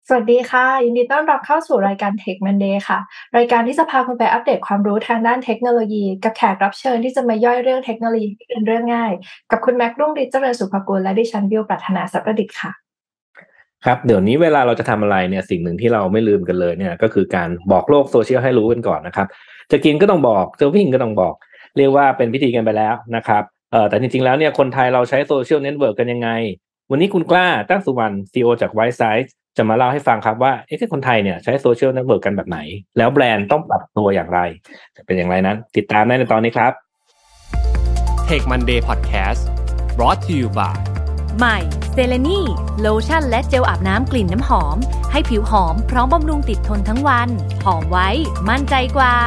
สวัสดีค่ะยินดีต้อนรับเข้าสู่รายการ Tech Monday ค่ะรายการที่จะพาคุณไปอัปเดตความรู้ทางด้านเทคโนโลยีกับแขกรับเชิญที่จะมาย่อยเรื่องเทคโนโลยีให้เป็นเรื่องง่ายกับคุณแม็กรุ่งฤทธิ์เจริญสุภกุลและดิฉันบิวปรารถนาทรัพย์ประดิษฐ์ค่ะครับเดี๋ยวนี้เวลาเราจะทำอะไรเนี่ยสิ่งหนึ่งที่เราไม่ลืมกันเลยเนี่ยก็คือการบอกโลกโซเชียลให้รู้กันก่อนนะครับจะกินก็ต้องบอกจะวิ่งก็ต้องบอกเรียกว่าเป็นพิธีกันไปแล้วนะครับแต่จริงๆแล้วเนี่ยคนไทยเราใช้โซเชียลเน็ตเวิร์กกันยังไงวันนี้คุณกล้าตั้งสุวรรณ CEO จาก White Size จะมาเล่าให้ฟังครับว่าคนไทยเนี่ยใช้โซเชียลเน็ตเวิร์กกันแบบไหนแล้วแบรนด์ต้องปรับตัวอย่างไรจะเป็นอย่างไรนั้นติดตามได้ในตอนนี้ครับ Tech Monday Podcast brought to you by ใหม่เซเลนีโลชั่นและเจลอาบน้ำกลิ่นน้ำหอมให้ผิวหอมพร้อมบำรุงติดทนทั้งวันหอมไว้มั่นใจกว่า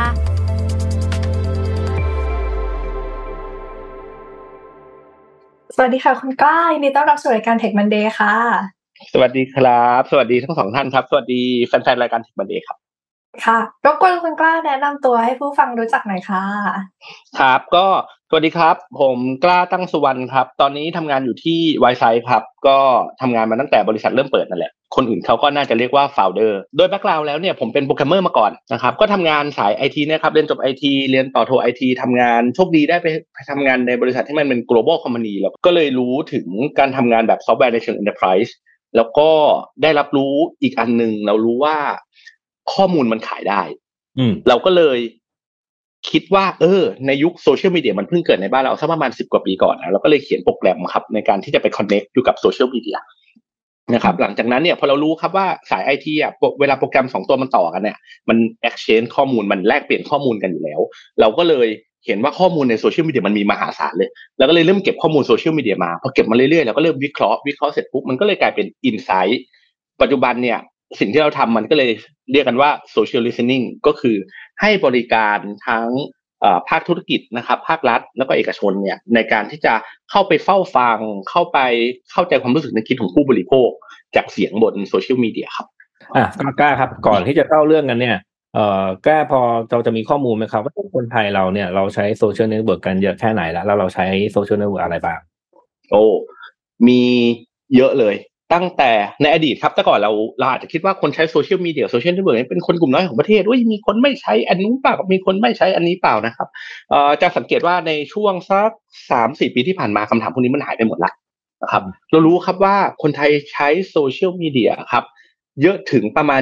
สวัสดีค่ะคุณกล้ายินดีต้อนรับสู่รายการ Tech Monday ค่ะสวัสดีครับสวัสดีทั้งสองท่านครับสวัสดีแฟนๆรายการ Tech Monday ครับค่ะรบกวนคุณกล้าแนะนำตัวให้ผู้ฟังรู้จักหน่อยค่ะครับก็สวัสดีครับผมกล้าตั้งสุวรรณครับตอนนี้ทำงานอยู่ที่ White Size ครับก็ทำงานมาตั้งแต่บริษัทเริ่มเปิดนั่นแหละคนอื่นเขาก็น่าจะเรียกว่า founder โดยแบ็คกราวด์แล้วเนี่ยผมเป็นโปรแกรมเมอร์มาก่อนนะครับก็ทำงานสาย IT นะครับเรียนจบ IT เรียนต่อโท IT ทำงานโชคดีได้ไปทำงานในบริษัทที่มันเป็น global company แล้วก็เลยรู้ถึงการทำงานแบบซอฟต์แวร์ในเชิง enterprise แล้วก็ได้รับรู้อีกอันนึงเรารู้ว่าข้อมูลมันขายได้เราก็เลยคิดว่าในยุคโซเชียลมีเดียมันเพิ่งเกิดในบ้านเราสักประมาณ10 กว่าปีก่อนนะเราก็เลยเขียนโปรแกรมครับในการที่จะไปคอนเนคอยู่กับโซเชียลมีเดียนะครับหลังจากนั้นเนี่ยพอเรารู้ครับว่าสาย IT อ่ะเวลาโปรแกรม2ตัวมันต่อกันเนี่ยมัน exchange ข้อมูลมันแลกเปลี่ยนข้อมูลกันอยู่แล้วเราก็เลยเห็นว่าข้อมูลในโซเชียลมีเดียมันมีมหาศาลเลยแล้วก็เลยเริ่มเก็บข้อมูลโซเชียลมีเดียมาพอเก็บมาเรื่อยๆเราก็เริ่มวิเคราะห์เสร็จปุ๊บมันก็เลยกลายเป็น insight ปัจจุบันเนี่ยสิ่งที่เราทำมันก็เลยเรียกกันว่า social listening ก็คือให้บริการทั้งภาคธุรกิจนะครับภาครัฐแล้วก็เอกชนเนี่ยในการที่จะเข้าไปเฝ้าฟังเข้าไปเข้าใจความรู้สึกนึกคิดของผู้บริโภคจากเสียงบนโซเชียลมีเดียครับกล้าครับก่อนที่จะเข้าเรื่องกันเนี่ยกล้าพอเราจะมีข้อมูลไหมครับว่าคนไทยเราเนี่ยเราใช้โซเชียลเน็ตเวิร์กกันเยอะแค่ไหนแล้วเราใช้โซเชียลเน็ตเวิร์กอะไรบ้างมีเยอะเลยตั้งแต่ในอดีตครับแต่ก่อนเราอาจจะคิดว่าคนใช้โซเชียลมีเดียโซเชียลเน็ตเวิร์กเป็นคนกลุ่มน้อยของประเทศมีคนไม่ใช้อันนู้นเปล่ามีคนไม่ใช้อันนี้เปล่านะครับจะสังเกตว่าในช่วงสัก 3-4 ปีที่ผ่านมาคำถามพวกนี้มันหายไปหมดละนะครับเรารู้ครับว่าคนไทยใช้โซเชียลมีเดียครับเยอะถึงประมาณ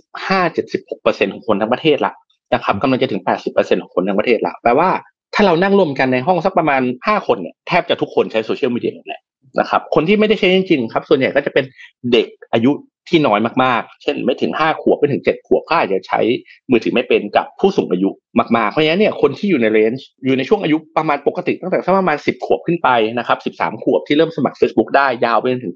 75-76% ของคนทั้งประเทศละนะครับกำลังจะถึง 80% ของคนทั้งประเทศละแปลว่าถ้าเรานั่งรวมกันในห้องสักประมาณ5 คนเนี่ยแทบจะทุกคนใช้โซเชียลมีเดียหมดแหละนะครับคนที่ไม่ได้ใช้จริงๆครับส่วนใหญ่ก็จะเป็นเด็กอายุที่น้อยมากๆเช่นไม่ถึง5 ขวบไม่ถึง7 ขวบก็อาจจะใช้มือถือไม่เป็นกับผู้สูงอายุมากๆเพราะฉะนั้นเนี่ยคนที่อยู่ในเรนจ์อยู่ในช่วงอายุประมาณปกติตั้งแต่ประมาณ10 ขวบขึ้นไปนะครับ13 ขวบที่เริ่มสมัคร Facebook ได้ยาวไปจนถึง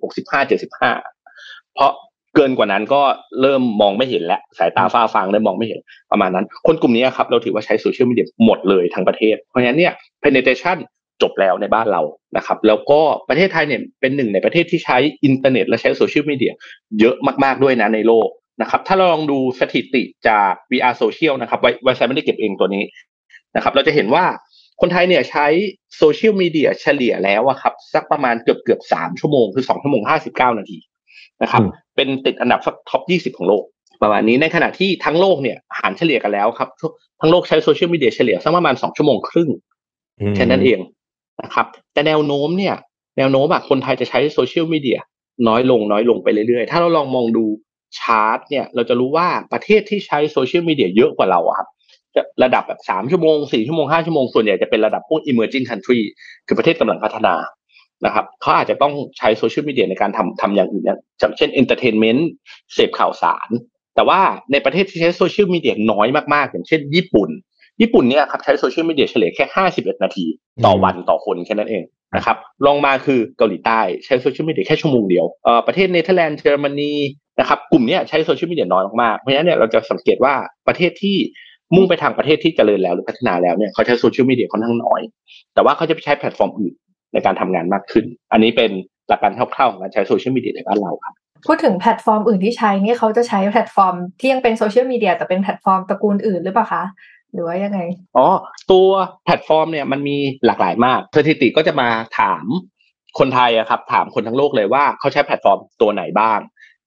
65-75เพราะเกินกว่านั้นก็เริ่มมองไม่เห็นแล้วสายตาฝ้าฟางเริ่มมองไม่เห็นประมาณนั้นคนกลุ่มนี้ครับเราถือว่าใช้โซเชียลมีเดียหมดเลยทั้งประเทศเพราะฉะนั้นเนี่ย penetrationจบแล้วในบ้านเรานะครับแล้วก็ประเทศไทยเนี่ยเป็นหนึ่งในประเทศที่ใช้อินเทอร์เน็ตและใช้โซเชียลมีเดียเยอะมากๆด้วยนะในโลกนะครับถ้าเราลองดูสถิติจาก VR Social นะครับไว้ไม่ได้เก็บเองตัวนี้นะครับเราจะเห็นว่าคนไทยเนี่ยใช้โซเชียลมีเดียเฉลี่ยแล้วอะครับสักประมาณเกือบ3 ชั่วโมงคือ2 ชั่วโมง 59 นาทีนะครับเป็นติดอันดับท็อป 20 ของโลกประมาณนี้ในขณะที่ทั้งโลกเนี่ยหารเฉลี่ยกันแล้วครับทั้งโลกใช้โซเชียลมีเดียเฉลี่ยสักประมาณ2 ชั่วโมงครึ่งแค่นั้นเองนะครับแต่แนวโน้มคนไทยจะใช้โซเชียลมีเดียน้อยลงไปเรื่อยๆถ้าเราลองมองดูชาร์ตเนี่ยเราจะรู้ว่าประเทศที่ใช้โซเชียลมีเดียเยอะกว่าเราครับระดับแบบ3 ชั่วโมง 4 ชั่วโมง 5 ชั่วโมงส่วนใหญ่จะเป็นระดับพวก emerging country คือประเทศกำลังพัฒนานะครับเขาอาจจะต้องใช้โซเชียลมีเดียในการทำอย่างอื่นนะอย่างเช่น entertainment เสพข่าวสารแต่ว่าในประเทศที่ใช้โซเชียลมีเดียน้อยมากๆอย่างเช่นญี่ปุ่นเนี่ยครับใช้โซเชียลมีเดียเฉลี่ยแค่51 นาทีต่อวันต่อคนแค่นั้นเองนะครับลองมาคือเกาหลีใต้ใช้โซเชียลมีเดียแค่ชั่วโมงเดียวประเทศเนเธอร์แลนด์เยอรมนีนะครับกลุ่มนี้ใช้โซเชียลมีเดียน้อยมากๆเพราะฉะนั้นเนี่ยเราจะสังเกตว่าประเทศที่มุ่งไปทางประเทศที่เจริญแล้วหรือพัฒนาแล้วเนี่ยเขาใช้โซเชียลมีเดียค่อนข้างน้อยแต่ว่าเขาจะไปใช้แพลตฟอร์มอื่นในการทำงานมากขึ้นอันนี้เป็นหลักการคร่าวๆของการใช้โซเชียลมีเดียในบ้านเราครับพูดถึงแพลตฟอร์มอื่นที่ใช้นี่เขาจะใช้แพลตฟอร์มที่ยังเป็นโซเชียลมีเดียแต่เป็นแพลตฟอร์มตระกูลอื่นหรือเปล่าคะหรือว่ายังไงตัวแพลตฟอร์มเนี่ยมันมีหลากหลายมากสถิติก็จะมาถามคนไทยอะครับถามคนทั้งโลกเลยว่าเขาใช้แพลตฟอร์มตัวไหนบ้าง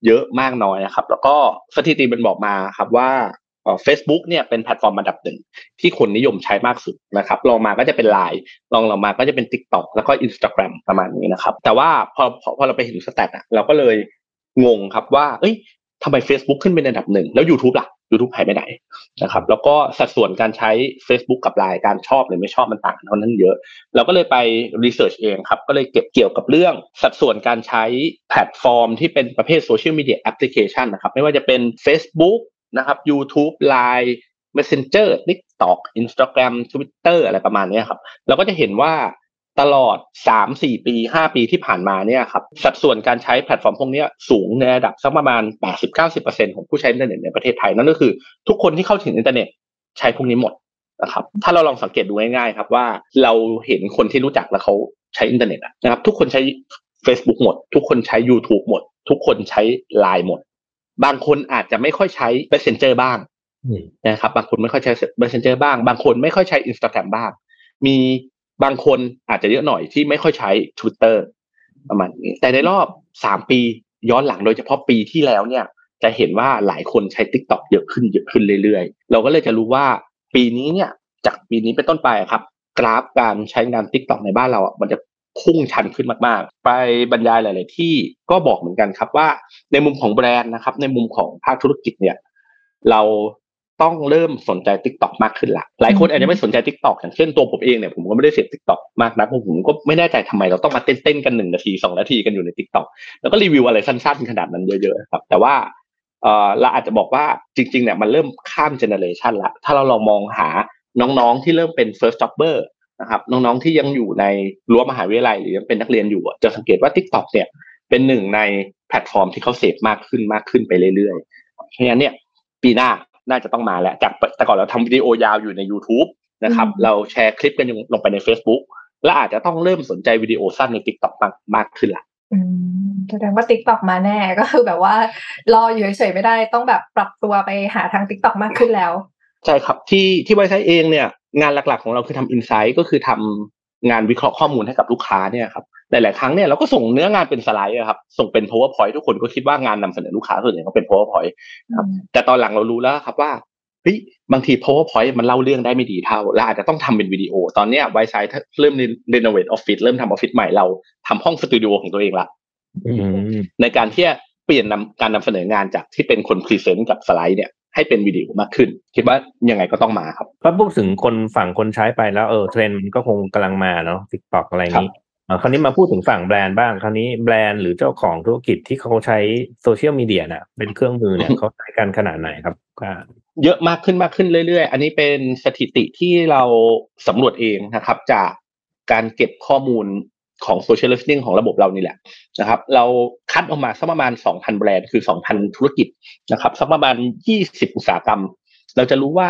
เยอะมากน้อยนะครับแล้วก็สถิติมันบอกมาครับว่าFacebook เนี่ยเป็นแพลตฟอร์มอันดับหนึ่งที่คนนิยมใช้มากสุดนะครับรองมาก็จะเป็น LINE รองลงมาก็จะเป็น TikTok แล้วก็ Instagram ประมาณนี้นะครับแต่ว่าพอเราไปเห็นสแตทเราก็เลยงงครับว่าทำไม Facebook ขึ้นเป็นอันดับหนึ่งแล้ว YouTube ล่ะ YouTube หายไปไหนนะครับแล้วก็สัดส่วนการใช้ Facebook กับ LINE การชอบหรือไม่ชอบมันต่างกันเท่านั้นเยอะเราก็เลยไปรีเสิร์ชเองครับก็เลยเก็บเกี่ยวกับเรื่องสัดส่วนการใช้แพลตฟอร์มที่เป็นประเภทโซเชียลมีเดียแอปพลิเคชันนะครับไม่ว่าจะเป็น Facebook นะครับ YouTube LINE Messenger TikTok Instagram Twitter อะไรประมาณนี้ครับเราก็จะเห็นว่าตลอด 3-4 ปี 5 ปีที่ผ่านมาเนี่ยครับสัดส่วนการใช้แพลตฟอร์มพวกนี้สูงในระดับสักประมาณ 80-90% ของผู้ใช้อินเทอร์เน็ตในประเทศไทยนั่นก็คือทุกคนที่เข้าถึงอินเทอร์เน็ตใช้พวกนี้หมดนะครับถ้าเราลองสังเกตดูง่ายๆครับว่าเราเห็นคนที่รู้จักแล้วเขาใช้อินเทอร์เน็ตนะครับทุกคนใช้ Facebook หมดทุกคนใช้ YouTube หมดทุกคนใช้ LINE หมดบางคนอาจจะไม่ค่อยใช้ Messenger บ้างนะครับบางคนไม่ค่อยใช้ Messenger บ้างบางคนไม่ค่อยใช้ Instagram บ้างมีบางคนอาจจะเยอะหน่อยที่ไม่ค่อยใช้ Twitter ประมาณนี้แต่ในรอบ3ปีย้อนหลังโดยเฉพาะปีที่แล้วเนี่ยจะเห็นว่าหลายคนใช้ TikTok เยอะขึ้นเรื่อยๆเราก็เลยจะรู้ว่าปีนี้เนี่ยจากปีนี้เป็นต้นไปครับกราฟการใช้งาน TikTok ในบ้านเรามันจะพุ่งชันขึ้นมากๆไปบรรยายหลายๆที่ก็บอกเหมือนกันครับว่าในมุมของแบรนด์นะครับในมุมของภาคธุรกิจเนี่ยเราต้องเริ่มสนใจ TikTok มากขึ้นละหลายคนอาจจะไม่สนใจ TikTok อย่างเช่นตัวผมเองเนี่ยผมก็ไม่ได้เสพ TikTok มากนักผมก็ไม่แน่ใจทำไมเราต้องมาเต้นกัน1 นาที 2 นาทีกันอยู่ใน TikTok แล้วก็รีวิวอะไรสั้นๆขนาดนั้นเยอะๆครับแต่ว่าเราอาจจะบอกว่าจริงๆเนี่ยมันเริ่มข้ามเจเนอเรชันละถ้าเราลองมองหาน้องๆที่เริ่มเป็น first jobber นะครับน้องๆที่ยังอยู่ในรั้วมหาวิทยาลัยหรือยังเป็นนักเรียนอยู่จะสังเกตว่า TikTok เนี่ยเป็นหนึ่งในแพลตฟอร์มที่เขาเสพมากขึ้นไปเรื่อยๆเพราะฉะนั้นเนี่ยปีหน้าน่าจะต้องมาแล้วจากแต่ก่อนเราทำวิดีโอยาวอยู่ใน YouTube นะครับเราแชร์คลิปกันลงไปใน Facebook และอาจจะต้องเริ่มสนใจวิดีโอสั้นใน TikTok มากขึ้นละแสดงว่า TikTok มาแน่ก็คือแบบว่ารออยู่เฉยๆไม่ได้ต้องแบบปรับตัวไปหาทาง TikTok มากขึ้นแล้วใช่ครับที่ไวซ์ไซต์เองเนี่ยงานหลักๆของเราคือทำอินไซต์ก็คือทำงานวิเคราะห์ข้อมูลให้กับลูกค้าเนี่ยครับหลายๆครั้งเนี่ยเราก็ส่งเนื้องานเป็นสไลด์ครับส่งเป็น PowerPoint ทุกคนก็คิดว่างานนำเสนอลูกค้าส่วนใหญ่ก็เป็น PowerPoint ครับแต่ตอนหลังเรารู้แล้วครับว่าบางที PowerPoint มันเล่าเรื่องได้ไม่ดีเท่าเราอาจจะต้องทำเป็นวิดีโอตอนนี้ไวซ์ไซต์เริ่มรีโนเวทออฟฟิศเริ่มทำออฟฟิศใหม่เราทำห้องสตูดิโอของตัวเองละในการที่จะเปลี่ยนการนำเสนองานจากที่เป็นคนพรีเซนต์กับสไลด์เนี่ยให้เป็นวิดีโอมากขึ้นคิดว่ายังไงก็ต้องมาครับพอพูดถึงคนใช้ไปแล้วเทรนด์มันก็คงกำลังมาเนาะ TikTok อะไรนี้คราวนี้มาพูดถึงฝั่งแบรนด์บ้างคราวนี้แบรนด์หรือเจ้าของธุรกิจที่เขาใช้โซเชียลมีเดียน่ะเป็นเครื่องมือเนี่ยเขาใช้กันขนาดไหนครับเยอะมากขึ้นเรื่อยๆอันนี้เป็นสถิติที่เราสำรวจเองนะครับจากการเก็บข้อมูลของ social listening ของระบบเรานี่แหละนะครับเราคัดออกมาสักประมาณ 2,000 แบรนด์คือ 2,000 ธุรกิจนะครับสักประมาณ20อุตสาหกรรมเราจะรู้ว่า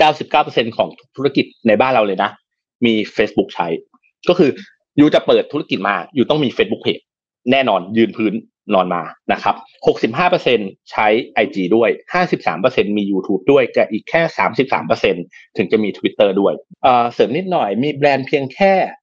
99% ของธุรกิจในบ้านเราเลยนะมี Facebook ใช้ก็คือยูจะเปิดธุรกิจมายูต้องมี Facebook Page แน่นอนยืนพื้นนอนมานะครับ 65% ใช้ IG ด้วย 53% มี YouTube ด้วยกับอีกแค่ 33% ถึงจะมี Twitter ด้วยเสริมนิดหน่อยมีแบรนด์เพียงแค่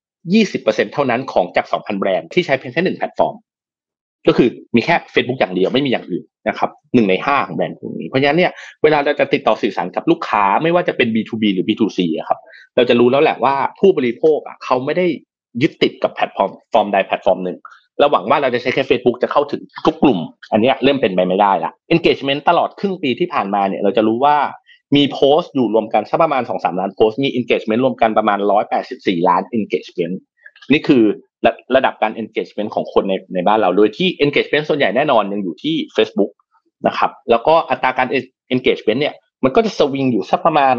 20% เท่านั้นของจาก 2,000 แบรนด์ที่ใช้เพียงแค่1แพลตฟอร์มก็คือมีแค่ Facebook อย่างเดียวไม่มีอย่างอื่นนะครับ1ใน5ของแบรนด์พวกนี้เพราะฉะนั้นเนี่ยเวลาเราจะติดต่อสื่อสารกับลูกค้าไม่ว่าจะเป็น B2B หรือ B2C ครับเราจะรู้แล้วแหละว่าผู้บริโภคเขาไม่ได้ยึดติดกับแพลตฟอร์มใดแพลตฟอร์มหนึ่งเราหวังว่าเราจะใช้แค่ Facebook จะเข้าถึงทุกกลุ่มอันนี้เริ่มเป็นไปไม่ได้ละ engagement ตลอดครึ่งปีที่ผ่านมาเนี่ยเราจะรู้ว่ามีโพสต์อยู่รวมกันสักประมาณ 2-3 ล้านโพสต์มี engagement รวมกันประมาณ184ล้าน engagement นี่คือระดับการ engagement ของคนในบ้านเราโดยที่ engagement ส่วนใหญ่แน่นอนยังอยู่ที่ Facebook นะครับแล้วก็อัตราการ engagement เนี่ยมันก็จะสวิงอยู่สักประมาณ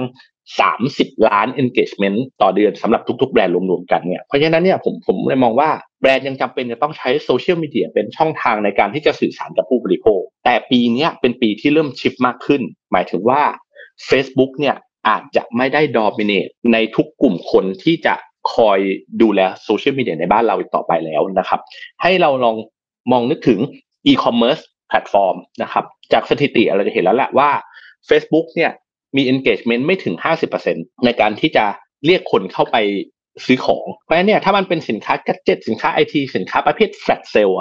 30ล้าน engagement ต่อเดือนสำหรับทุกๆแบรนด์รวมๆกันเนี่ยเพราะฉะนั้นเนี่ยผมเลยมองว่าแบรนด์ยังจำเป็นจะต้องใช้โซเชียลมีเดียเป็นช่องทางในการที่จะสื่อสารกับผู้บริโภคแต่ปีนี้เป็นปีที่เริ่มชิฟต์มากขึ้นหมายถึงว่า Facebook เนี่ยอาจจะไม่ได้ dominate ในทุกกลุ่มคนที่จะคอยดูแลโซเชียลมีเดียในบ้านเราอีกต่อไปแล้วนะครับให้เราลองมองนึกถึง e-commerce แพลตฟอร์มนะครับจากสถิติเราจะเห็นแล้วแหละว่า Facebook เนี่ยมี engagement ไม่ถึง 50% ในการที่จะเรียกคนเข้าไปซื้อของเพราะฉะนั้นเนี่ยถ้ามันเป็นสินค้าแกดเจ็ตสินค้า IT สินค้าประเภท flash sale ครับ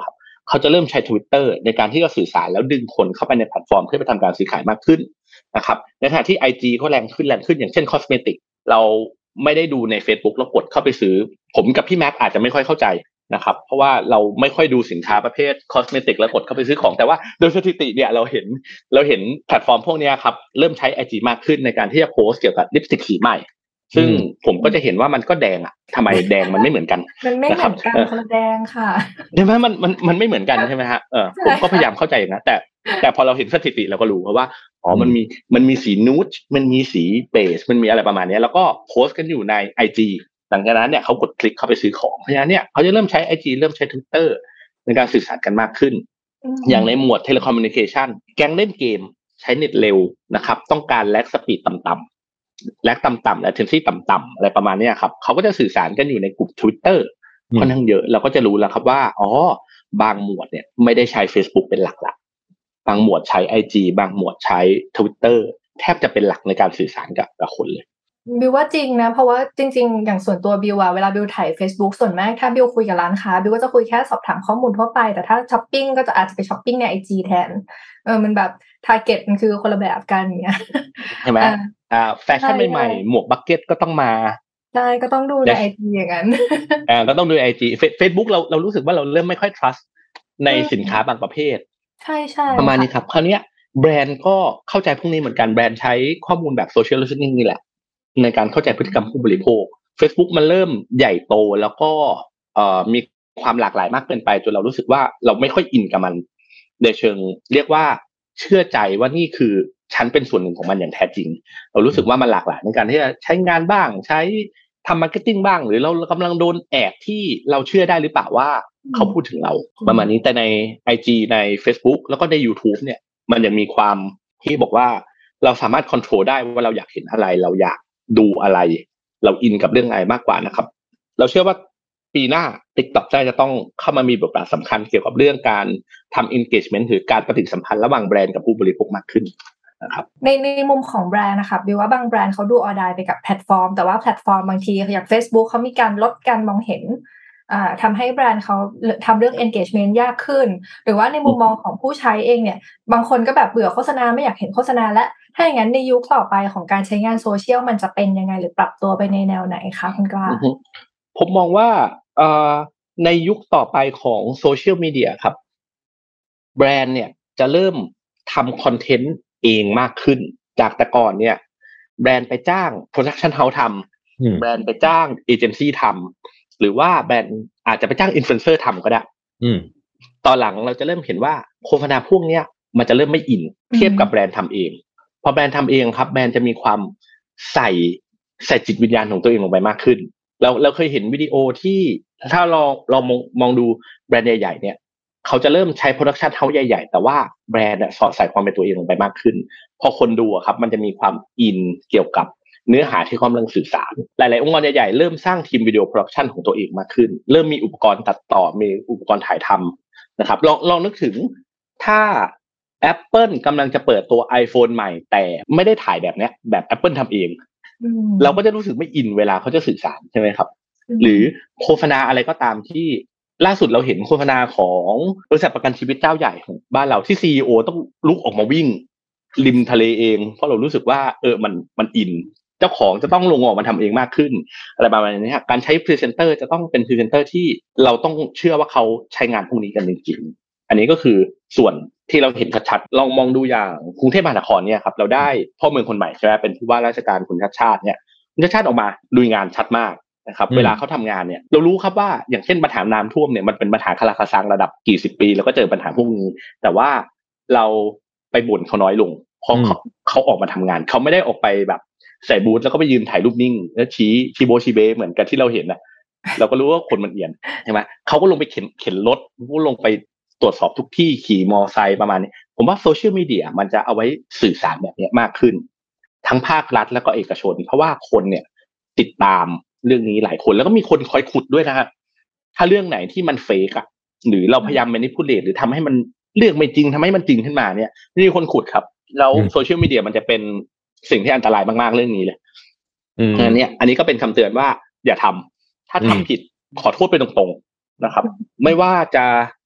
เขาจะเริ่มใช้ Twitter ในการที่จะสื่อสารแล้วดึงคนเข้าไปในแพลตฟอร์มเพื่อไปทำการซื้อขายมากขึ้นนะครับในขณะที่ IG ก็แรงขึ้นอย่างเช่นคอสเมติกเราไม่ได้ดูใน Facebook แล้วกดเข้าไปซื้อผมกับพี่แม็กอาจจะไม่ค่อยเข้าใจนะครับเพราะว่าเราไม่ค่อยดูสินค้าประเภทคอสเมติกแล้วกดเข้าไปซื้อของแต่ว่าโดยสถิติเนี่ยเราเห็นแพลตฟอร์มพวกนี้ครับเริ่มใช้ IG มากขึ้นในการที่จะโพสต์เกี่ยวกับลิปสติกสีใหม่ซึ่งผมก็จะเห็นว่ามันก็แดงอ่ะทำไมแดงมันไม่เหมือนกันมันไม่เหมือนกันคนละแดงค่ะใช่ไหมมันไม่เหมือนกันใช่ไหมฮะผมก็พยายามเข้าใจอย่างนั้นแต่พอเราเห็นสถิติเราก็รู้เพราะว่าอ๋อมันมีสีนูดมันมีสีเบจมันมีอะไรประมาณนี้แล้วก็โพสต์กันอยู่ใน IG หลังจากนั้นเนี่ยเขากดคลิกเข้าไปซื้อของเพราะฉะนั้นเนี่ยเขาจะเริ่มใช้ IG เริ่มใช้ Twitter ในการสื่อสารกันมากขึ้นอย่างในหมวด Telecommunication แก๊งเล่นเกมใช้เน็ตเร็วนะครับต้องการแลกสปีดต่ำๆlatency ต่ำๆอะไรประมาณนี้ครับเขาก็จะสื่อสารกันอยู่ในกลุ่ม Twitter ค่อนข้างเยอะเราก็จะรู้แล้วครับว่าอ๋อบางหมวดเนี่ยไม่ได้ใช้ Facebook เป็นหลักละบางหมวดใช้ IG บางหมวดใช้ Twitter แทบจะเป็นหลักในการสื่อสารกับคนเลยบิวว่าจริงนะเพราะว่าจริงๆอย่างส่วนตัวบิวอะเวลาบิวถ่าย Facebook ส่วนมากถ้าบิวคุยกับร้านค้าบิวก็จะคุยแค่สอบถามข้อมูลทั่วไปแต่ถ้าช้อปปิ้งก็จะอาจจะไปช้อปปิ้งใน IG แทนมันแบบทาร์เก็ตมันคือคนละแบบกันเงี้ยใช่ไหมแฟชั่นใหม่ๆหมวกบักเก็ตก็ต้องมาใช่ก็ต้องดูใน IG อย่างนั้นก็ต้องดู IG Facebook เรารู้สึกว่าเราเริ่มไม่ค่อย trust ในสินค้าบางประเภทใช่ประมาณนี้ครับคราวนี้แบรนด์ก็เข้าใจพวกนี้เหมือนกันแบรนด์ใช้ข้อมูลแบบ social listening นี่แหละในการเข้าใจพฤติกรรมผู้บริโภค Facebook มันเริ่มใหญ่โตแล้วก็มีความหลากหลายมากเกินไปจนเรารู้สึกว่าเราไม่ค่อยอินกับมันในเชิงเรียกว่าเชื่อใจว่านี่คือฉันเป็นส่วนหนึ่งของมันอย่างแท้จริงเรารู้สึกว่ามันหลากหลายในการที่จะใช้งานบ้างใช้ทำมาร์เก็ตติ้งบ้างหรือเรากำลังโดนแอบที่เราเชื่อได้หรือเปล่าว่าเขาพูดถึงเราประมาณนี้แต่ใน IG ใน Facebook แล้วก็ใน YouTube เนี่ยมันยังมีความที่บอกว่าเราสามารถควบคุมได้ว่าเราอยากเห็นอะไรเราอยากดูอะไรเราอินกับเรื่องอะไรมากกว่านะครับเราเชื่อว่าปีหน้า TikTok จะต้องเข้ามามีบทบาทสำคัญเกี่ยวกับเรื่องการทำ engagement หรือการปฏิสัมพันธ์ระหว่างแบรนด์กับผู้บริโภคมากขึ้นนะครับในมุมของแบรนด์นะคะบิวว่าบางแบรนด์เขาดูออไดไปกับแพลตฟอร์มแต่ว่าแพลตฟอร์มบางทีอย่าง Facebook เขามีการลดการมองเห็นทำให้แบรนด์เขาทำเรื่อง engagement ยากขึ้นหรือว่าในมุมมองของผู้ใช้เองเนี่ยบางคนก็แบบเบื่อโฆษณาไม่อยากเห็นโฆษณาและถ้าอย่างนั้นในยุคต่อไปของการใช้งานโซเชียลมันจะเป็นยังไงหรือปรับตัวไปในแนวไหนคะคุณกล้าผมมองว่าในยุคต่อไปของโซเชียลมีเดียครับแบรนด์เนี่ยจะเริ่มทำคอนเทนต์เองมากขึ้นจากแต่ก่อนเนี่ยแบรนด์ไปจ้างโปรดักชันเฮาส์ทำแบรนด์ไปจ้างเอเจนซี่ทำหรือว่าแบรนด์อาจจะไปจ้างอินฟลูเอนเซอร์ทำก็ได้ตอนหลังเราจะเริ่มเห็นว่าโฆษณาพวกเนี้ยมันจะเริ่มไม่อินเทียบกับแบรนด์ทำเองพอแบรนด์ทำเองครับแบรนด์จะมีความใส่จิตวิญญาณของตัวเองลงไปมากขึ้นเราเคยเห็นวิดีโอที่ถ้าเรามองดูแบรนด์ใหญ่ๆเนี่ยเขาจะเริ่มใช้โปรดักชันเฮาส์ใหญ่ๆแต่ว่าแบรนด์สอดใส่ความเป็นตัวเองลงไปมากขึ้นพอคนดูครับมันจะมีความอินเกี่ยวกับเนื้อหาที่กำลังสื่อสารหลายๆองค์กรใหญ่ๆเริ่มสร้างทีมวิดีโอโปรดักชันของตัวเองมากขึ้นเริ่มมีอุปกรณ์ตัดต่อมีอุปกรณ์ถ่ายทำนะครับลองนึกถึงถ้า Apple กำลังจะเปิดตัว iPhone ใหม่แต่ไม่ได้ถ่ายแบบเนี้ยแบบ Apple ทำเองเราก็จะรู้สึกไม่อินเวลาเขาจะสื่อสารใช่ไหมครับหรือโฆษณาอะไรก็ตามที่ล่าสุดเราเห็นโฆษณาของบริษัทประกันชีวิตเจ้าใหญ่ของบ้านเราที่ CEO ต้องลุกออกมาวิ่งริมทะเลเองเพราะเรารู้สึกว่ามันอินเจ้าของจะต้องลงออกมาทำเองมากขึ้นอะไรประมาณนี้ครับการใช้พรีเซนเตอร์จะต้องเป็นพรีเซนเตอร์ที่เราต้องเชื่อว่าเขาใช้งานพวกนี้กันจริงๆอันนี้ก็คือส่วนที่เราเห็นชัดๆลองมองดูอย่างกรุงเทพมหานครเนี่ยครับเราได้พ่อเมืองคนใหม่ใช่ไหมเป็นผู้ว่าราชการคุณชาติชาติเนี่ยคุณชาติชาติออกมาลุยงานชัดมากนะครับเวลาเขาทำงานเนี่ยเรารู้ครับว่าอย่างเช่นปัญหาน้ำท่วมเนี่ยมันเป็นปัญหาคาราคาซังระดับกี่สิบปีแล้วก็เจอปัญหาพวกนี้แต่ว่าเราไปบ่นเขาน้อยลงเพราะเขาออกมาทำงานเขาไม่ได้ออกไปแบบใส่บูธแล้วก็ไปยืนถ่ายรูปนิ่งแล้วชี้โบชีเบเหมือนกันที่เราเห็นนะเราก็รู้ว่าคนมันเอียนใช่ไหมเขาก็ลงไปเข็นรถก็ลงไปตรวจสอบทุกที่ขี่มอไซค์ประมาณนี้ผมว่าโซเชียลมีเดียมันจะเอาไว้สื่อสารแบบนี้มากขึ้นทั้งภาครัฐแล้วก็เอกชนเพราะว่าคนเนี่ยติดตามเรื่องนี้หลายคนแล้วก็มีคนคอยขุดด้วยนะครับถ้าเรื่องไหนที่มันเฟกอะหรือเราพยายามmanipulateหรือทำให้มันเรื่องไม่จริงทำให้มันจริงขึ้นมาเนี่ยมีคนขุดครับแล้วโซเชียลมีเดียมันจะเป็นสิ่งที่อันตรายมากๆเรื่องนี้เลยอันนี้ก็เป็นคำเตือนว่าอย่าทำถ้าทำผิดขอโทษไปตรงๆนะครับไม่ว่าจะผ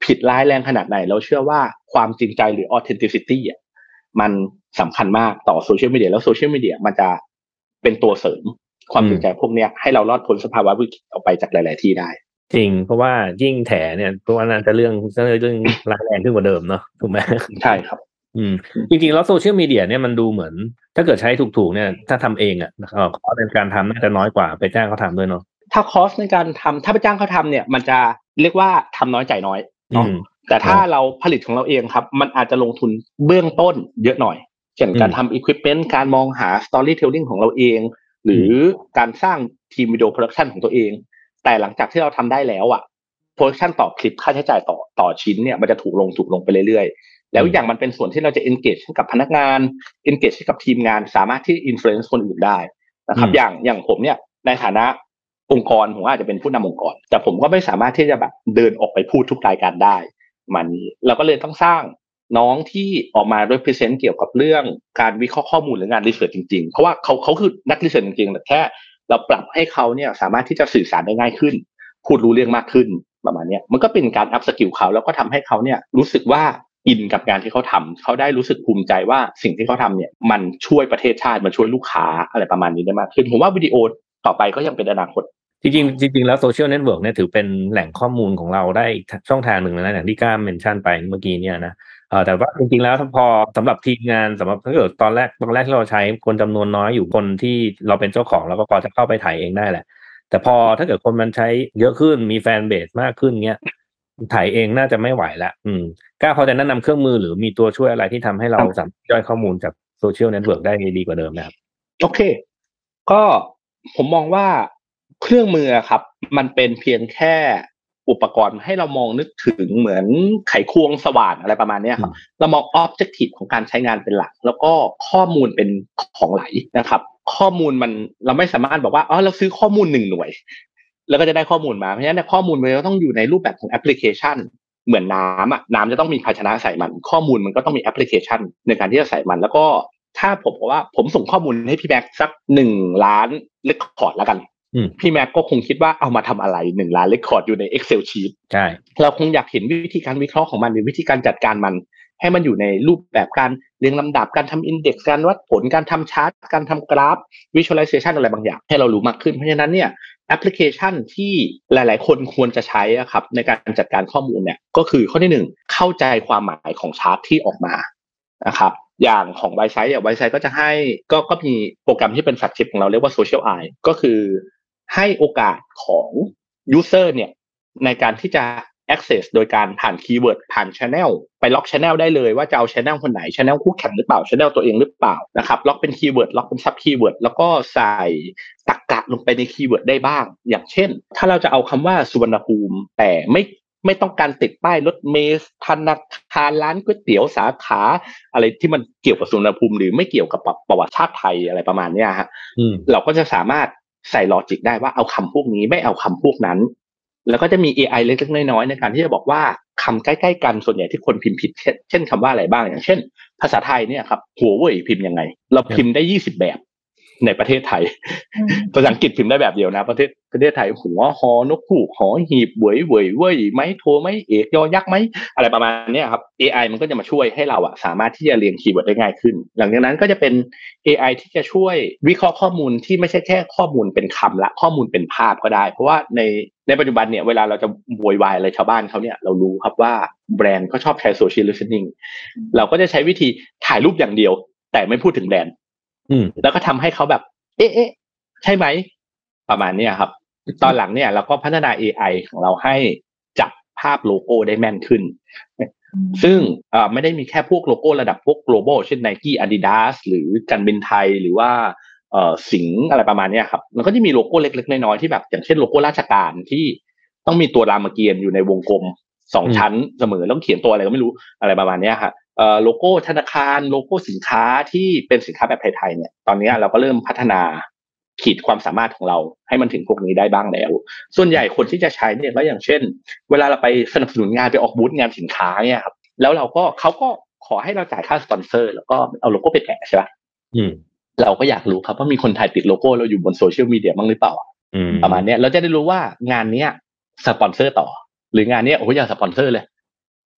ผิดร้ายแรงขนาดไหนเราเชื่อว่าความจริงใจหรือ authenticity อ่ะมันสำคัญมากต่อโซเชียลมีเดียแล้วโซเชียลมีเดียมันจะเป็นตัวเสริมความจริงใจพวกเนี้ยให้เรารอดพ้นสภาวะวิกฤตออกไปจากหลายๆที่ได้จริงเพราะว่ายิ่งแถเนี่ยเพราะว่าน่าจะเรื่องร้ายแรงขึ้นกว่าเดิมเนาะถูกไหมใช่ครับจริงๆแล้วโซเชียลมีเดียเนี่ยมันดูเหมือนถ้าเกิดใช้ถูกๆเนี่ยถ้าทำเองคอสในการทำน่าจะน้อยกว่าไปจ้างเขาทำด้วยเนาะถ้าคอสในการทำถ้าไปจ้างเขาทำเนี่ยมันจะเรียกว่าทำน้อยจ่ายน้อยเนาะแต่ถ้าเราผลิตของเราเองครับมันอาจจะลงทุนเบื้องต้นเยอะหน่อยเช่นการทำ equipment การมองหา storytelling ของเราเองหรือการสร้างทีมวิดีโอโปรดักชันของตัวเองแต่หลังจากที่เราทำได้แล้วอ่ะโปรดักชันต่อคลิปค่าใช้จ่ายต่อชิ้นเนี่ยมันจะถูกลงไปเรื่อยๆแล้วอย่างมันเป็นส่วนที่เราจะ engage กับพนักงาน engage กับทีมงานสามารถที่ influence คนอื่นได้นะครับอย่างผมเนี่ยในฐานะองค์กรผมอาจจะเป็นผู้นำองค์กรแต่ผมก็ไม่สามารถที่จะแบบเดินออกไปพูดทุกรายการได้มันนี้เราก็เลยต้องสร้างน้องที่ออกมา represent เกี่ยวกับเรื่องการวิเคราะห์ข้อมูลหรืองาน research จริงๆเพราะว่าเขาคือนัก research จริงๆแต่แค่เราปรับให้เขาเนี่ยสามารถที่จะสื่อสารได้ง่ายขึ้นพูดรู้เรื่องมากขึ้นประมาณนี้มันก็เป็นการ up skill เขาแล้วก็ทำให้เขาเนี่ยรู้สึกว่าอินกับงานที่เขาทำเขาได้รู้สึกภูมิใจว่าสิ่งที่เขาทำเนี่ยมันช่วยประเทศชาติมันช่วยลูกค้าอะไรประมาณนี้ได้มากขึ้นผมว่าวิดีโอต่อไปก็ยังเป็นอนาคตจริงแล้วโซเชียลเน็ตเวิร์กเนี่ยถือเป็นแหล่งข้อมูลของเราได้ช่องทางหนึ่งนะอย่างที่ก้าเมนชั่นไปเมื่อกี้เนี่ยนะแต่ว่าจริงๆแล้วพอสำหรับทีมงานสำหรับถ้าเกิดตอนแรกที่เราใช้คนจำนวนน้อยอยู่คนที่เราเป็นเจ้าของแล้วก็พอจะเข้าไปถ่ายเองได้แหละแต่พอถ้าเกิดคนมันใช้เยอะขึ้นมีแฟนเบสมากขึ้นเงี้ยถ่ายเองน่าจะไม่ไหวละก้าพอจะแนะนำเครื่องมือหรือมีตัวช่วยอะไรที่ทำให้เราสามารถย่อยข้อมูลจากโซเชียลเน็ตเวิร์กได้ดีกว่าเดิมนะครับโอเคก็ผมมองว่าเครื่องมือครับมันเป็นเพียงแค่อุปกรณ์ให้เรามองนึกถึงเหมือนไขควงสว่านอะไรประมาณนี้ครับเรามอง objective ของการใช้งานเป็นหลักแล้วก็ข้อมูลเป็นของไหลนะครับข้อมูลมันเราไม่สามารถบอกว่าเราซื้อข้อมูล1หน่วยแล้วก็จะได้ข้อมูลมาเพราะฉะนั้นข้อมูลมันต้องอยู่ในรูปแบบของแอปพลิเคชันเหมือนน้ำจะต้องมีภาชนะใส่มันข้อมูลมันก็ต้องมีแอปพลิเคชันในการที่จะใส่มันแล้วก็ถ้าผมบอกว่าผมส่งข้อมูลให้พี่แม็กสัก1 ล้านเรคคอร์ดแล้วกันพี่แม็กก็คงคิดว่าเอามาทำอะไร1 ล้านเรคคอร์ดอยู่ใน Excel sheet ใช่เราคงอยากเห็นวิธีการวิเคราะห์ของมันหรือวิธีการจัดการมันให้มันอยู่ในรูปแบบการเรียงลำดับการทำอินเด็กซ์การวัดผลการทำชาร์ตการทำกราฟ visualization อะไรบางอย่างให้เรารู้มากขึ้นเพราะฉะนั้นเนี่ยแอปพลิเคชันที่หลายๆคนควรจะใช้ครับในการจัดการข้อมูลเนี่ยก็คือข้อที่1เข้าใจความหมายของชาร์ตที่ออกมานะครับอย่างของไวไซต์ไวไซต์ก็จะให้ก็มีโปรแกรมที่เป็นแฟลกชิพของเราเรียกว่า Social Eye ก็คือให้โอกาสของ user เนี่ยในการที่จะ access โดยการผ่านคีย์เวิร์ดผ่าน channel ไปล็อก channel ได้เลยว่าจะเอา channel คนไหน channel คู่แข่งหรือเปล่า channel ตัวเองหรือเปล่านะครับล็อกเป็นคีย์เวิร์ดล็อกเป็นซับคีย์เวิร์ดแล้วก็ใส่ตรรกะลงไปในคีย์เวิร์ดได้บ้างอย่างเช่นถ้าเราจะเอาคำว่าสุวรรณภูมิแต่ไม่ต้องการติดป้ายรถเมล์ธนาคารร้านก๋วยเตี๋ยวสาขาอะไรที่มันเกี่ยวกับสุวรรณภูมิหรือไม่เกี่ยวกับประวัติชาติไทยอะไรประมาณนี้ฮะเราก็จะสามารถใส่ลอจิกได้ว่าเอาคำพวกนี้ไม่เอาคำพวกนั้นแล้วก็จะมี AI เล็กๆน้อยๆในการที่จะบอกว่าคำใกล้ๆกันส่วนใหญ่ที่คนพิมพ์ผิดเช่นคำว่าอะไรบ้างอย่างเช่นภาษาไทยเนี่ยครับหัวเว่ยพิมพ์ยังไงเราพิมพ์ได้20แบบในประเทศไทยภาษาอังกฤษพิมพ์ได้แบบเดียวนะประเทศไทยหัวหอนกฮูกหอหีบเว่ยเว่ยเว่ยไม้โทไม้เอกยอยักษ์ไม้อะไรประมาณนี้ครับ AI มันก็จะมาช่วยให้เราสามารถที่จะเรียงคีย์เวิร์ดได้ง่ายขึ้นหลังจากนั้นก็จะเป็น AI ที่จะช่วยวิเคราะห์ข้อมูลที่ไม่ใช่แค่ข้อมูลเป็นคำละข้อมูลเป็นภาพก็ได้เพราะว่าในปัจจุบันเนี่ยเวลาเราจะโวยวายอะไรชาวบ้านเขาเนี่ยเรารู้ครับว่าแบรนด์ก็ชอบใช้ social listening เราก็จะใช้วิธีถ่ายรูปอย่างเดียวแต่ไม่พูดถึงแบรนด์แล้วก็ทำให้เขาแบบเอ๊ะใช่ไหมประมาณนี้ครับตอนหลังเนี่ยเราก็พัฒนา AI ของเราให้จับภาพโลโก้ได้แม่นขึ้นซึ่งไม่ได้มีแค่พวกโลโก้ระดับพวก global เช่น Nike Adidas หรือการบินไทยหรือว่าสิงห์อะไรประมาณนี้ครับมันก็จะมีโลโก้เล็กๆน้อยๆที่แบบอย่างเช่นโลโก้ราชการที่ต้องมีตัวรามเกียรติ์อยู่ในวงกลม2ชั้นเสมอแล้วเขียนตัวอะไรก็ไม่รู้อะไรประมาณนี้ครับโลโก้ธนาคารโลโก้สินค้าที่เป็นสินค้าแบบไทยๆเนี่ยตอนนี้เราก็เริ่มพัฒนาขีดความสามารถของเราให้มันถึงพวกนี้ได้บ้างแล้วส่วนใหญ่คนที่จะใช้เนี่ยก็อย่างเช่นเวลาเราไปสนับสนุนงานไปออกบูธงานสินค้าเนี่ยครับแล้วเขาก็ขอให้เราจ่ายค่าสปอนเซอร์แล้วก็เอาโลโก้ไปแปะใช่ป่ะเราก็อยากรู้ครับว่ามีคนไทยติดโลโก้เราอยู่บนโซเชียลมีเดียบ้างหรือเปล่าประมาณนี้เราจะได้รู้ว่างานนี้สปอนเซอร์ต่อหรืองานนี้โอ้ยอย่าสปอนเซอร์เลย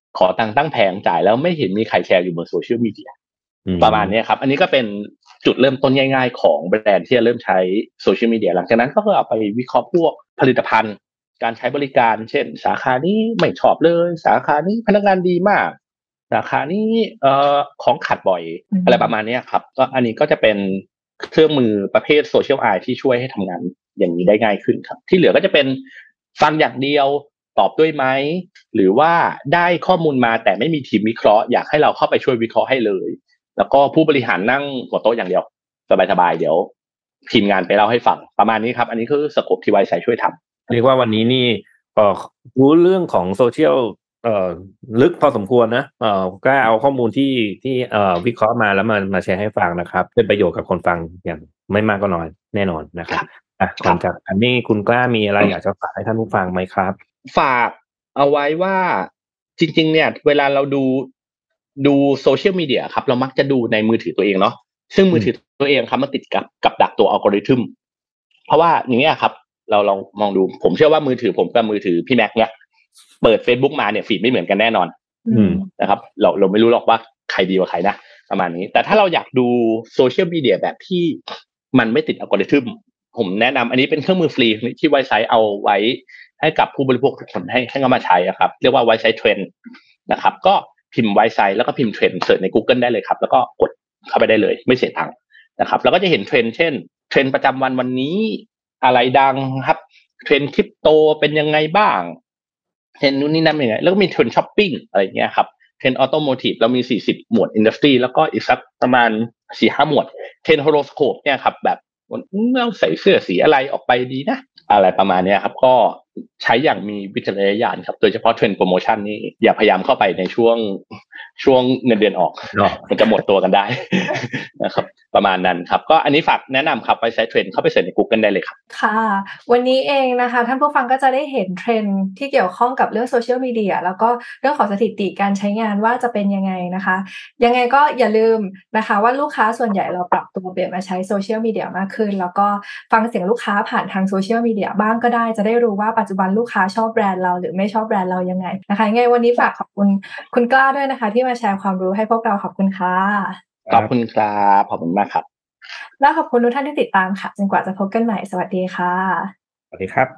ขอตังค์ตั้งแผงจ่ายแล้วไม่เห็นมีใครแชร์อยู่บนโซเชียลมีเดียประมาณนี้ครับอันนี้ก็เป็นจุดเริ่มต้นง่ายๆของแบรนด์ที่จะเริ่มใช้โซเชียลมีเดียหลังจากนั้นก็เอาไปวิเคราะห์พวกผลิตภัณฑ์การใช้บริการเช่นสาขานี้ไม่ชอบเลยสาขานี้พนักงานดีมากสาขานี้ของขาดบ่อยอะไรประมาณนี้ครับก็อันนี้ก็จะเป็นเครื่องมือประเภทโซเชียลไอที่ช่วยให้ทำงานอย่างนี้ได้ง่ายขึ้นครับที่เหลือก็จะเป็นฟังอย่างเดียวตอบด้วยไหมหรือว่าได้ข้อมูลมาแต่ไม่มีทีมวิเคราะห์อยากให้เราเข้าไปช่วยวิเคราะห์ให้เลยแล้วก็ผู้บริหารนั่งหัวโต๊ะอย่างเดียวสบายๆเดี๋ยวทีมงานไปเล่าให้ฟังประมาณนี้ครับอันนี้คือสโคปที่ไวไซช่วยทำเรียกว่าวันนี้นี่รู้เรื่องของโซเชียลลึกพอสมควรนะก็เอาข้อมูลที่วิเคราะห์มาแล้วมาแชร์ให้ฟังนะครับเป็นประโยชน์กับคนฟังอย่างไม่มากก็น้อยแน่นอนนะครับก่อนจากอันนี้คุณกล้ามีอะไรอยากจะฝากให้ท่านผู้ฟังไหมครับฝากเอาไว้ว่าจริงๆเนี่ยเวลาเราดูโซเชียลมีเดียครับเรามักจะดูในมือถือตัวเองเนาะซึ่งมือถือตัวเองครับมันติดกับดักตัวอัลกอริทึมเพราะว่าอย่างเงี้ยครับเราลองมองดูผมเชื่อว่ามือถือผมกับมือถือพี่แม็กเนี่ยเปิด Facebook มาเนี่ยฟีดไม่เหมือนกันแน่นอนนะครับเราไม่รู้หรอกว่าใครดีกว่าใครนะประมาณนี้แต่ถ้าเราอยากดูโซเชียลมีเดียแบบที่มันไม่ติดอัลกอริทึมผมแนะนำอันนี้เป็นเครื่องมือฟรีที่ไวไซต์เอาไว้ให้กับผู้บริโภคทุกคนให้เอามาใช้ครับเรียกว่าไวไซต์เทรนด์นะครับก็พิมพ์ไวไซต์แล้วก็พิมพ์เทรนด์เสิร์ชใน Google ได้เลยครับแล้วก็กดเข้าไปได้เลยไม่เสียตังค์นะครับแล้วก็จะเห็นเทรนด์เช่นเทรนด์ประจำวันนี้อะไรดังครับเทรนด์คริปโตเป็นยังไงบ้างเทรนด์นู้นนี่นั่นเป็นยังไงแล้วก็มีเทรนด์ช้อปปิ้งอะไรอย่างเงี้ยครับเทรนด์ออโตโมทีฟเรามี40หมวดอินดัสทรีแล้วก็อีกสักประมาณ 4-5 หมวดเทรนด์โฮโรสโคปเนี่ยครับแบบเราใส่เสื้อสีอะไรออกไปดีนะอะไรประมาณนี้ครับก็ใช้อย่างมีวิจารณญาณครับโดยเฉพาะเทรนด์โปรโมชั่นนี่อย่าพยายามเข้าไปในช่วงเงินเดือนออกมันจะหมดตัวกันได้นะครับประมาณนั้นครับก็อันนี้ฝากแนะนำครับไปใช้เทรนด์เข้าไปเสิร์ชใน Google ได้เลยครับค่ะวันนี้เองนะคะท่านผู้ฟังก็จะได้เห็นเทรนด์ที่เกี่ยวข้องกับเรื่องโซเชียลมีเดียแล้วก็เรื่องของสถิติการใช้งานว่าจะเป็นยังไงนะคะยังไงก็อย่าลืมนะคะว่าลูกค้าส่วนใหญ่เราปรับตัวเปลี่ยนมาใช้โซเชียลมีเดียมากขึ้นแล้วก็ฟังเสียงลูกค้าผ่านทางโซเชียลมีเดียบ้างก็ได้จะได้รู้ว่าปัจจุบันลูกค้าชอบแบรนด์เราหรือไม่ชอบแบรนด์เรายังไงนะคะยังไงวันนี้ฝากขอบคุณกล้าด้วยนะคะที่มาแชร์ความรู้ให้พวกเราขอบคุณค่ะขอบคุณครับขอบคุณมากครับและขอบคุณทุกท่านที่ติดตามค่ะจนกว่าจะพบกันใหม่สวัสดีค่ะสวัสดีครับ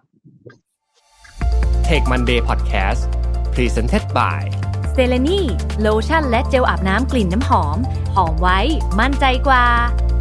Tech Monday Podcast Presented by เซเลนีโลชั่นและเจลอาบน้ำกลิ่นน้ำหอมหอมไว้มั่นใจกว่า